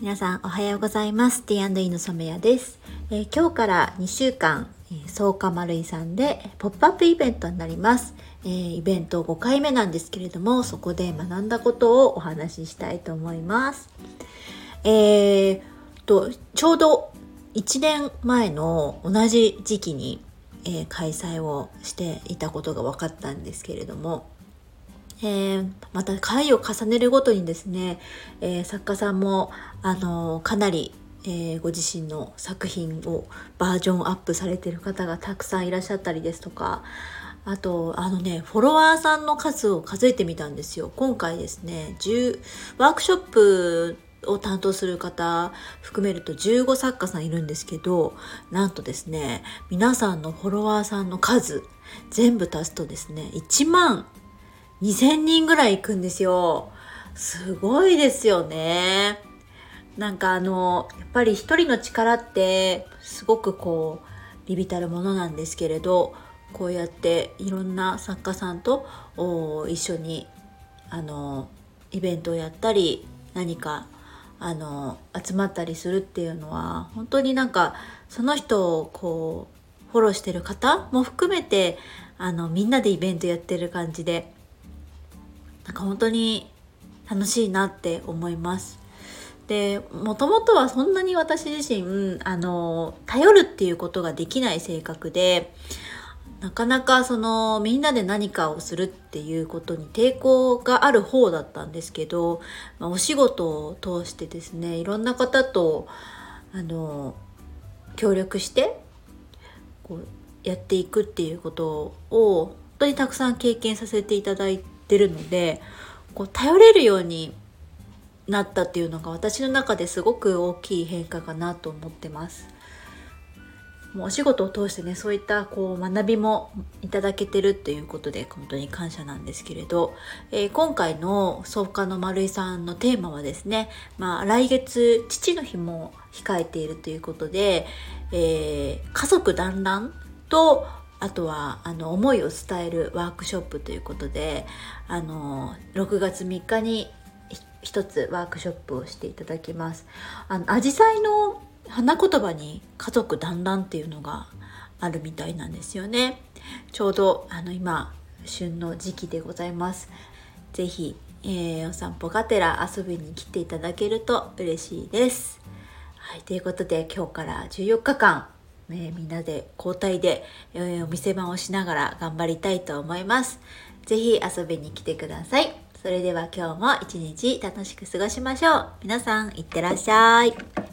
皆さんおはようございます。 T&E の染谷です。今日から2週間、草加丸井さんでポップアップイベントになります。イベント5回目なんですけれども、そこで学んだことをお話ししたいと思います。ちょうど1年前の同じ時期に、開催をしていたことが分かったんですけれども、また回を重ねるごとにですね、作家さんもかなり、ご自身の作品をバージョンアップされている方がたくさんいらっしゃったりですとか、あとフォロワーさんの数を数えてみたんですよ。今回ですね、ワークショップを担当する方含めると15作家さんいるんですけど、なんとですね、皆さんのフォロワーさんの数全部足すとですね、1万2000人ぐらい行くんですよ。すごいですよね。なんかやっぱり一人の力ってすごく微々たるものなんですけれど、こうやっていろんな作家さんと一緒にイベントをやったり、何か集まったりするっていうのは、本当にその人をフォローしてる方も含めてみんなでイベントやってる感じで、本当に楽しいなって思います。で、もともとはそんなに私自身頼るっていうことができない性格で、なかなかみんなで何かをするっていうことに抵抗がある方だったんですけど、お仕事を通してですね、いろんな方と協力してやっていくっていうことを本当にたくさん経験させていただいてるので、頼れるようになったっていうのが私の中ですごく大きい変化かなと思ってます。もうお仕事を通してね、そういった学びもいただけてるっていうことで本当に感謝なんですけれど、今回の草加の丸井さんのテーマはですね、来月父の日も控えているということで、家族団らんと、あとは思いを伝えるワークショップということで、6月3日に一つワークショップをしていただきます。アジサイの花言葉に家族団らんっていうのがあるみたいなんですよね。ちょうど今旬の時期でございます。ぜひ、お散歩がてら遊びに来ていただけると嬉しいです。はい、ということで今日から14日間、みんなで交代で、お店番をしながら頑張りたいと思います。ぜひ遊びに来てください。それでは今日も一日楽しく過ごしましょう。皆さんいってらっしゃい。